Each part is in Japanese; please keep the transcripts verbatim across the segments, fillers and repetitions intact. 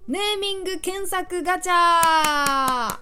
ネーミング検索ガチャ。はい、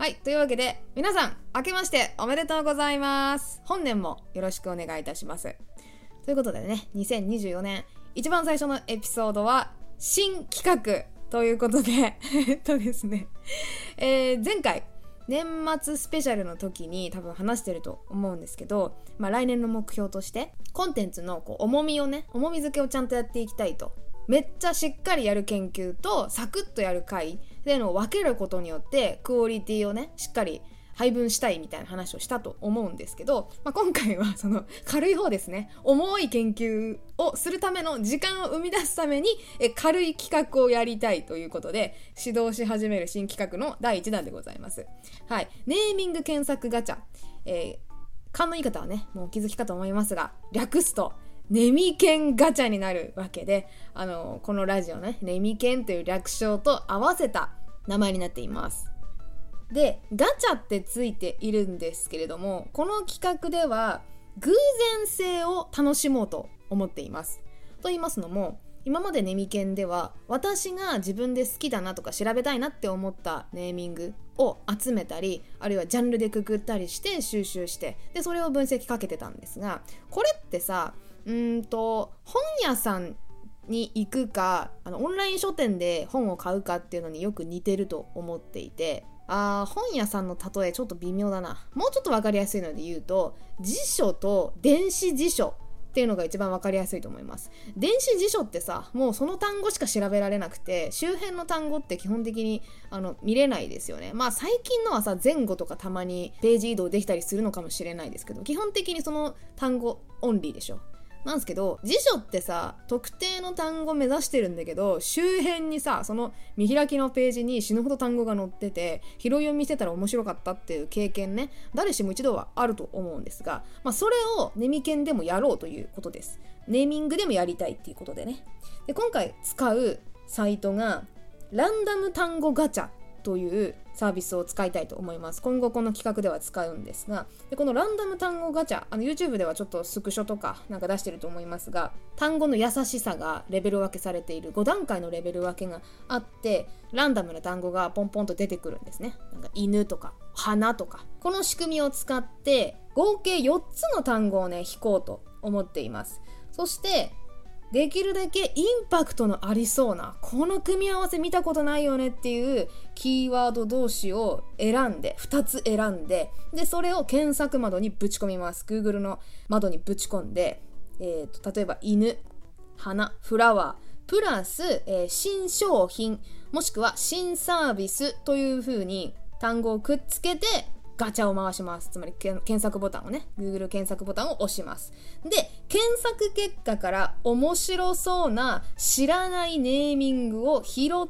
というわけで皆さん明けましておめでとうございます。本年もよろしくお願いいたします。ということでね、にせんにじゅうよねん一番最初のエピソードは新企画ということでえっとですね、えー、前回年末スペシャルの時に多分話してると思うんですけど、まあ、来年の目標としてコンテンツのこう重みをね重み付けをちゃんとやっていきたいと、めっちゃしっかりやる研究とサクッとやる回っていうのを分けることによってクオリティをねしっかり配分したいみたいな話をしたと思うんですけど、まあ、今回はその軽い方ですね。重い研究をするための時間を生み出すためにえ軽い企画をやりたいということで指導し始める新企画のだいいちだんでございます。はい、ネーミング検索ガチャ、えー、勘のいい方はねもうお気づきかと思いますが、略すとネミケンガチャになるわけで、あのこのラジオねネミケンという略称と合わせた名前になっています。でガチャってついているんですけれども、この企画では偶然性を楽しもうと思っています。と言いますのも、今までネミケンでは私が自分で好きだなとか調べたいなって思ったネーミングを集めたり、あるいはジャンルでくくったりして収集して、でそれを分析かけてたんですが、これってさうーんと本屋さんに行くかあのオンライン書店で本を買うかっていうのによく似てると思っていて、あー本屋さんの例えちょっと微妙だな。もうちょっと分かりやすいので言うと、辞書と電子辞書っていうのが一番分かりやすいと思います。電子辞書ってさ、もうその単語しか調べられなくて、周辺の単語って基本的にあの見れないですよね。まあ最近のはさ前後とかたまにページ移動できたりするのかもしれないですけど、基本的にその単語オンリーでしょ。なんですけど、辞書ってさ特定の単語目指してるんだけど、周辺にさその見開きのページに死ぬほど単語が載ってて拾い読みしてたら面白かったっていう経験ね、誰しも一度はあると思うんですが、まあ、それをネミケンでもやろうということです。ネーミングでもやりたいっていうことでね。で今回使うサイトがランダム単語ガチャというサービスを使いたいと思います。今後この企画では使うんですが、でこのランダム単語ガチャ、あの YouTube ではちょっとスクショとかなんか出してると思いますが、単語の優しさがレベル分けされているごだんかいのレベル分けがあって、ランダムな単語がポンポンと出てくるんですね。なんか犬とか花とか、この仕組みを使って合計よっつの単語をね引こうと思っています。そしてできるだけインパクトのありそうな、この組み合わせ見たことないよねっていうキーワード同士を選んでふたつ選んで、でそれを検索窓にぶち込みます。 Google の窓にぶち込んで、えー、と例えば犬、花、フラワープラス、えー、新商品もしくは新サービスという風に単語をくっつけてガチャを回します。つまり検索ボタンをね Google 検索ボタンを押します。で検索結果から面白そうな知らないネーミングを拾って、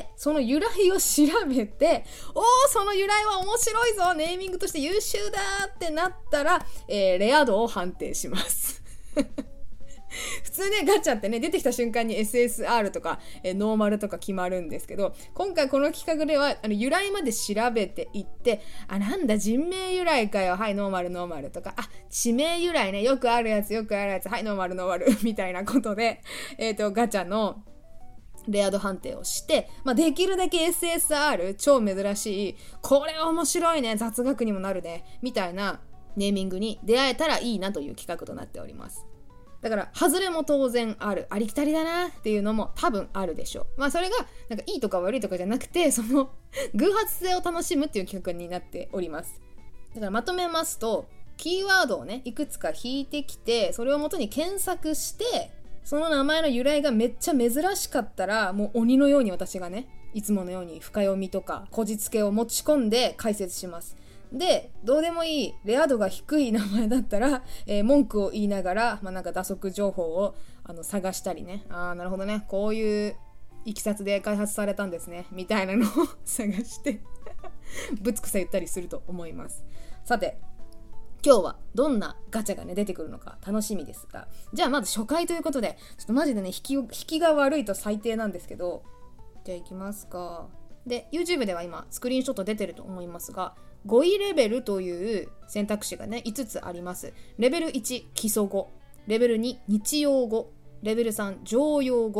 その由来を調べて、おーその由来は面白いぞ、ネーミングとして優秀だってなったら、えー、レア度を判定します普通ねガチャってね出てきた瞬間に エスエスアール とか、えー、ノーマルとか決まるんですけど、今回この企画ではあの由来まで調べていって、あなんだ人名由来かよ、はいノーマルノーマルとか、あ地名由来ねよくあるやつよくあるやつ、はいノーマルノーマルみたいなことで、えーとガチャのレア度判定をして、まあ、できるだけ エスエスアール 超珍しい、これ面白いね雑学にもなるねみたいなネーミングに出会えたらいいなという企画となっております。だから外れも当然ある、ありきたりだなっていうのも多分あるでしょう。まあそれがなんかいいとか悪いとかじゃなくて、その偶発性を楽しむっていう企画になっております。だからまとめますと、キーワードをねいくつか引いてきて、それをもとに検索して、その名前の由来がめっちゃ珍しかったら、もう鬼のように私がねいつものように深読みとかこじつけを持ち込んで解説します。でどうでもいいレア度が低い名前だったら、えー、文句を言いながら、まあ、なんか打足情報をあの探したりね、あーなるほどねこういういきさつで開発されたんですねみたいなのを探してぶつくさ言ったりすると思います。さて今日はどんなガチャがね出てくるのか楽しみですが、じゃあまず初回ということで、ちょっとマジでね引き、引きが悪いと最低なんですけど、じゃあいきますか。で YouTube では今スクリーンショット出てると思いますが、語彙レベルという選択肢がねいつつあります。レベルいち基礎語、レベルに日用語、レベルさん常用語、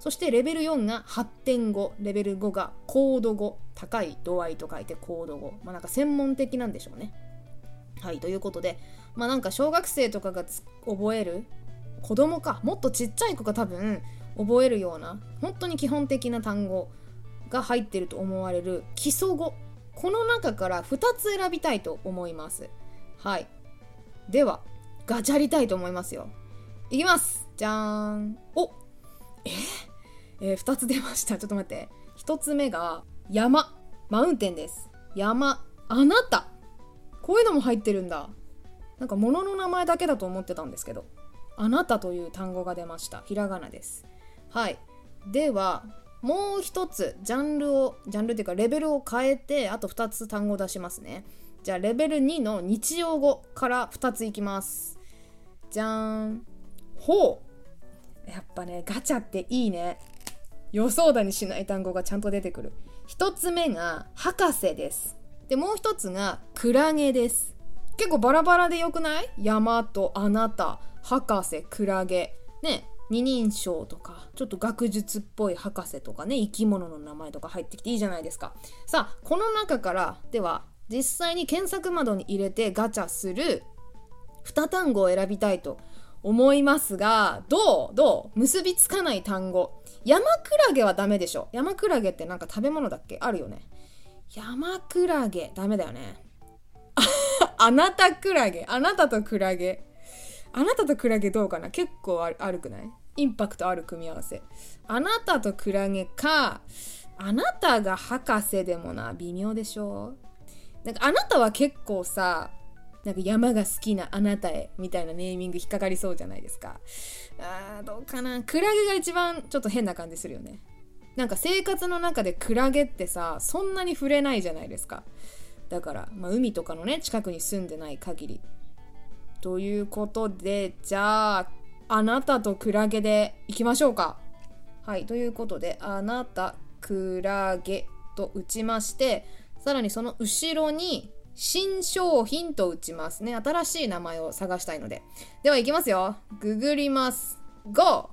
そしてレベルよんが発展語、レベルごが高度語、高い度合いと書いて高度語。まあなんか専門的なんでしょうね。はい、ということで、まあなんか小学生とかが覚える、子供か、もっとちっちゃい子が多分覚えるような、本当に基本的な単語が入ってると思われる基礎語。この中からふたつ選びたいと思います。はい。では、ガチャりたいと思いますよ。いきます。じゃーん。おえー、えー、ふたつ出ました。ちょっと待って。ひとつめが山、マウンテンです。山、あなた。こういうのも入ってるんだ。なんか物の名前だけだと思ってたんですけど、あなたという単語が出ました。ひらがなです。はい。では、もう一つジャンルを、ジャンルっていうかレベルを変えて、あとふたつ単語出しますね。じゃあレベルにの日常語からふたついきます。じゃーん。ほう。やっぱね、ガチャっていいね。予想だにしない単語がちゃんと出てくる。一つ目が博士です。で、もう一つがクラゲです。結構バラバラでよくない？山とあなた、博士、クラゲ。ね。二人称とか、ちょっと学術っぽい博士とかね、生き物の名前とか入ってきていいじゃないですか。さあ、この中から、では、実際に検索窓に入れてガチャするに単語を選びたいと思いますが、どうどう結びつかない単語。山クラゲはダメでしょ。山クラゲってなんか食べ物だっけ？あるよね。山クラゲ、ダメだよね。あなたクラゲ、あなたとクラゲ。あなたとクラゲどうかな？結構ある、悪くない？インパクトある組み合わせ。あなたとクラゲか、あなたが博士でもな、微妙でしょ。なんかあなたは結構さ、なんか山が好きなあなたへみたいなネーミング引っかかりそうじゃないですか。あー、どうかな。クラゲが一番ちょっと変な感じするよね。なんか生活の中でクラゲってさ、そんなに触れないじゃないですか。だから、まあ、海とかのね、近くに住んでない限り。ということで、じゃあ、あなたとクラゲでいきましょうか。はい、ということで、あなた、クラゲと打ちまして、さらにその後ろに新商品と打ちますね。新しい名前を探したいので。では、いきますよ。ググります。ゴー！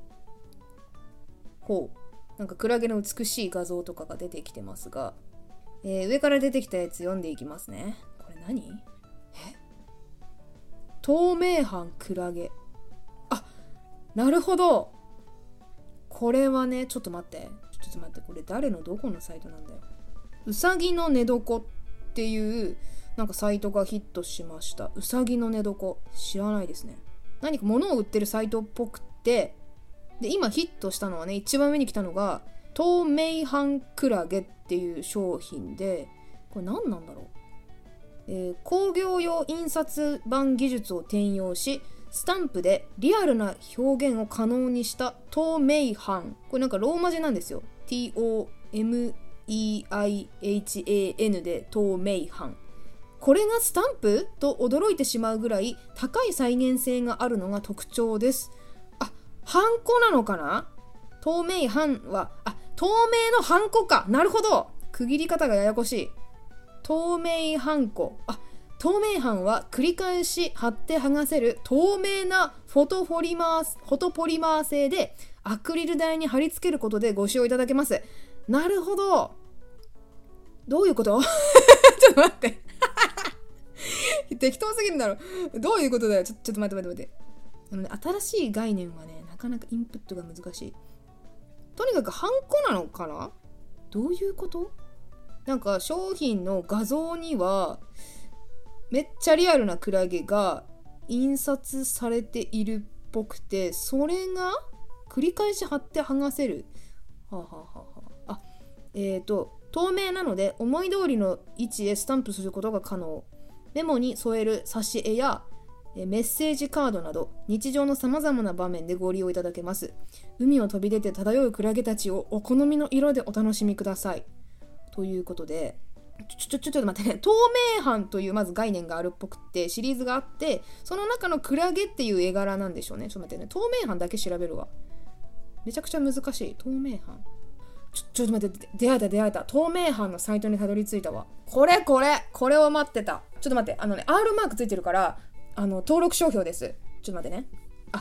ほう。なんかクラゲの美しい画像とかが出てきてますが、えー、上から出てきたやつ読んでいきますね。これ何？え？透明版クラゲ。あ、なるほど。これはね、ちょっと待って。ちょっと待って、これ誰のどこのサイトなんだよ。うさぎの寝床っていうなんかサイトがヒットしました。うさぎの寝床。知らないですね。何か物を売ってるサイトっぽくて、で、今ヒットしたのはね、一番上に来たのが、透明版クラゲっていう商品で、これ何なんだろう。えー、工業用印刷版技術を転用し、スタンプでリアルな表現を可能にした透明版。これなんかローマ字なんですよ。ティーオーエムイーアイエイチエーエヌ で透明版。これがスタンプと驚いてしまうぐらい高い再現性があるのが特徴です。あ、ハンコなのかな？透明版は、あ、透明のハンコか。なるほど。区切り方がややこしい。透明ハンコ。あ、透明版は繰り返し貼って剥がせる透明なフォトポリマー、フォトポリマー製でアクリル台に貼り付けることでご使用いただけます。なるほど。どういうことちょっと待って。適当すぎるんだろ。どういうことだよ。ちょ、ちょっと待って待って待って。あのね、新しい概念はね、なかなかインプットが難しい。とにかくハンコなのかな？どういうこと？なんか商品の画像にはめっちゃリアルなクラゲが印刷されているっぽくて、それが繰り返し貼って剥がせる。はあ、はあはあ、あ、えーと透明なので思い通りの位置へスタンプすることが可能。メモに添える挿絵やメッセージカードなど日常のさまざまな場面でご利用いただけます。海を飛び出て漂うクラゲたちをお好みの色でお楽しみください。ということで、ちょちょちょちょっと待ってね。透明版というまず概念があるっぽくってシリーズがあって、その中のクラゲっていう絵柄なんでしょうね。ちょっと待ってね。透明版だけ調べるわ。めちゃくちゃ難しい。透明版。ちょ、ちょっと待って、出会えた出会えた。透明版のサイトにたどり着いたわ。これこれこれを待ってた。ちょっと待って、あのね、R マークついてるから、あの、登録商標です。ちょっと待ってね。あ、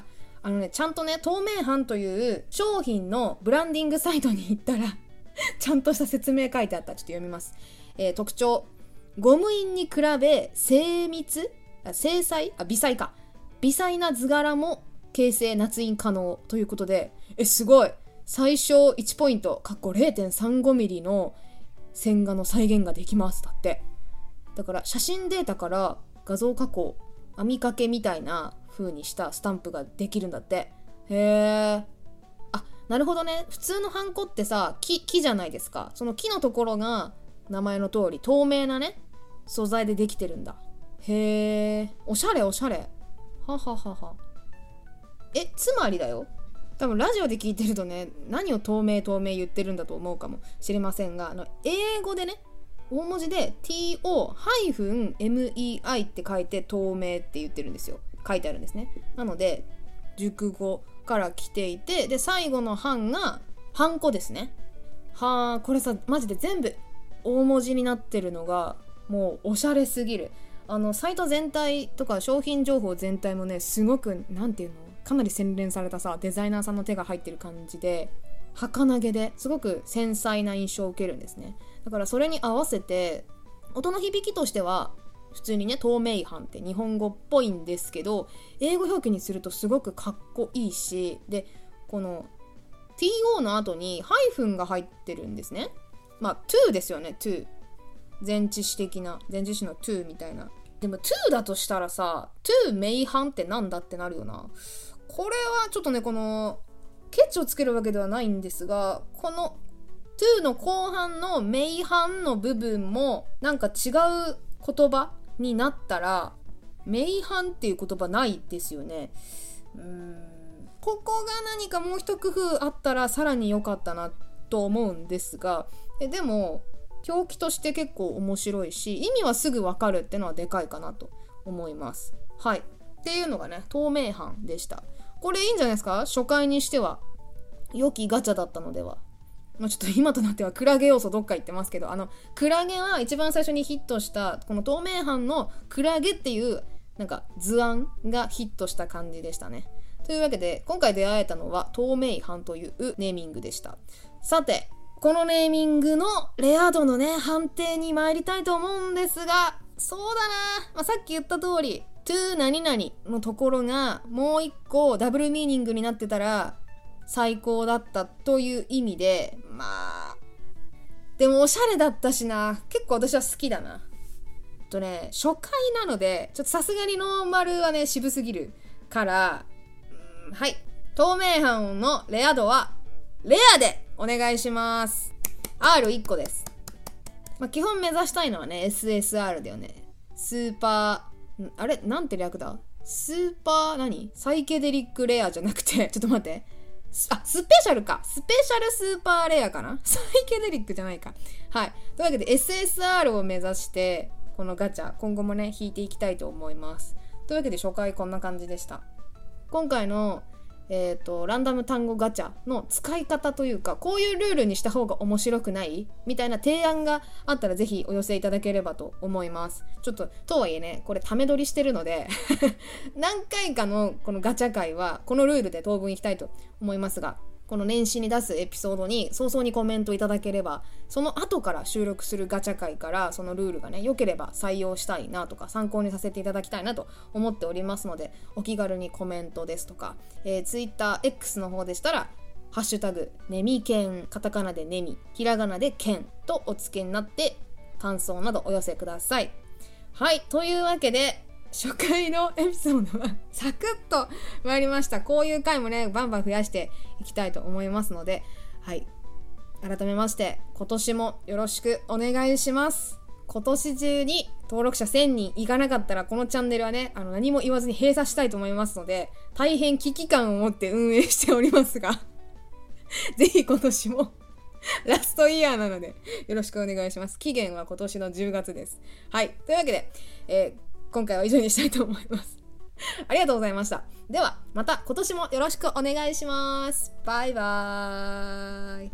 あのね、ちゃんとね、透明版という商品のブランディングサイトに行ったらちゃんとした説明書いてあった。ちょっと読みます。えー、特徴、ゴム印に比べ精密あ精細あ微細か微細な図柄も形成捺印可能ということで、えすごい、最小いちポイント れいてんさんごミリ の線画の再現ができます。だってだから写真データから画像加工、網掛けみたいな風にしたスタンプができるんだって。へー、あ、なるほどね。普通のハンコってさ、木、木じゃないですか。その木のところが名前の通り透明なね素材でできてるんだ。へー、おしゃれおしゃれ。はははは。え、つまりだよ、多分ラジオで聞いてるとね、何を透明透明言ってるんだと思うかもしれませんが、あの英語でね、大文字で ティーオーエムイーアイ って書いて透明って言ってるんですよ。書いてあるんですね。なので熟語から来ていて、で最後の版がハンコですね。はあ、これさマジで全部大文字になってるのがもうおしゃれすぎる。あのサイト全体とか商品情報全体もね、すごくなんていうの、かなり洗練されたさデザイナーさんの手が入ってる感じで、儚げですごく繊細な印象を受けるんですね。だからそれに合わせて音の響きとしては普通にね、透明版って日本語っぽいんですけど、英語表記にするとすごくかっこいいし、でこの ティーオー の後にハイフンが入ってるんですね。まあ to ですよね。 to 前置詞的な、前置詞の to みたいな。でも to だとしたらさ to 名版ってなんだってなるよな。これはちょっとね、このケチをつけるわけではないんですが、この to の後半の名版の部分もなんか違う言葉になったら、名版っていう言葉ないですよね。うーん、ここが何かもう一工夫あったらさらに良かったなと思うんですが、えでも表記として結構面白いし、意味はすぐわかるってのはでかいかなと思います。はい、っていうのがね、透明版でした。これいいんじゃないですか。初回にしては良きガチャだったのでは。まあ、ちょっと今となってはクラゲ要素どっか行ってますけど、あのクラゲは一番最初にヒットしたこの透明版のクラゲっていうなんか図案がヒットした感じでしたね。というわけで今回出会えたのは透明版というネーミングでした。さてこのネーミングのレア度のね判定に参りたいと思うんですが、そうだな、まあ、さっき言った通り to 何々のところがもう一個ダブルミーニングになってたら最高だったという意味で、まあでもおしゃれだったしな、結構私は好きだな。とね、初回なのでちょっとさすがにノーマルはね渋すぎるから、うーん、はい、透明版のレア度はレアでお願いします。 アールいち 個です。まあ、基本目指したいのはね エスエスアール だよね。スーパー、あれなんて略だ、スーパー何サイケデリックレアじゃなくて、ちょっと待って、あ、スペシャルか。スペシャルスーパーレアかな。サイケデリックじゃないか。はい。というわけで エスエスアール を目指してこのガチャ今後もね引いていきたいと思います。というわけで初回こんな感じでした。今回のえーと、ランダム単語ガチャの使い方というか、こういうルールにした方が面白くないみたいな提案があったらぜひお寄せいただければと思います。ちょっととはいえね、これため撮りしてるので何回かのこのガチャ会はこのルールで当分いきたいと思いますが、この年始に出すエピソードに早々にコメントいただければ、その後から収録するガチャ会からそのルールがね良ければ採用したいなとか参考にさせていただきたいなと思っておりますので、お気軽にコメントですとか、えー、Twitter X の方でしたらハッシュタグネミケン、カタカナでネミ、ひらがなでケンとお付けになって感想などお寄せください。はい、というわけで初回のエピソードはサクッと参りました。こういう回もねバンバン増やしていきたいと思いますので、はい、改めまして今年もよろしくお願いします。今年中に登録者せんにんいかなかったらこのチャンネルはね、あの何も言わずに閉鎖したいと思いますので、大変危機感を持って運営しておりますがぜひ今年もラストイヤーなのでよろしくお願いします。期限は今年のじゅうがつです。はい、というわけで、えー今回は以上にしたいと思いますありがとうございました。ではまた今年もよろしくお願いします。バイバーイ。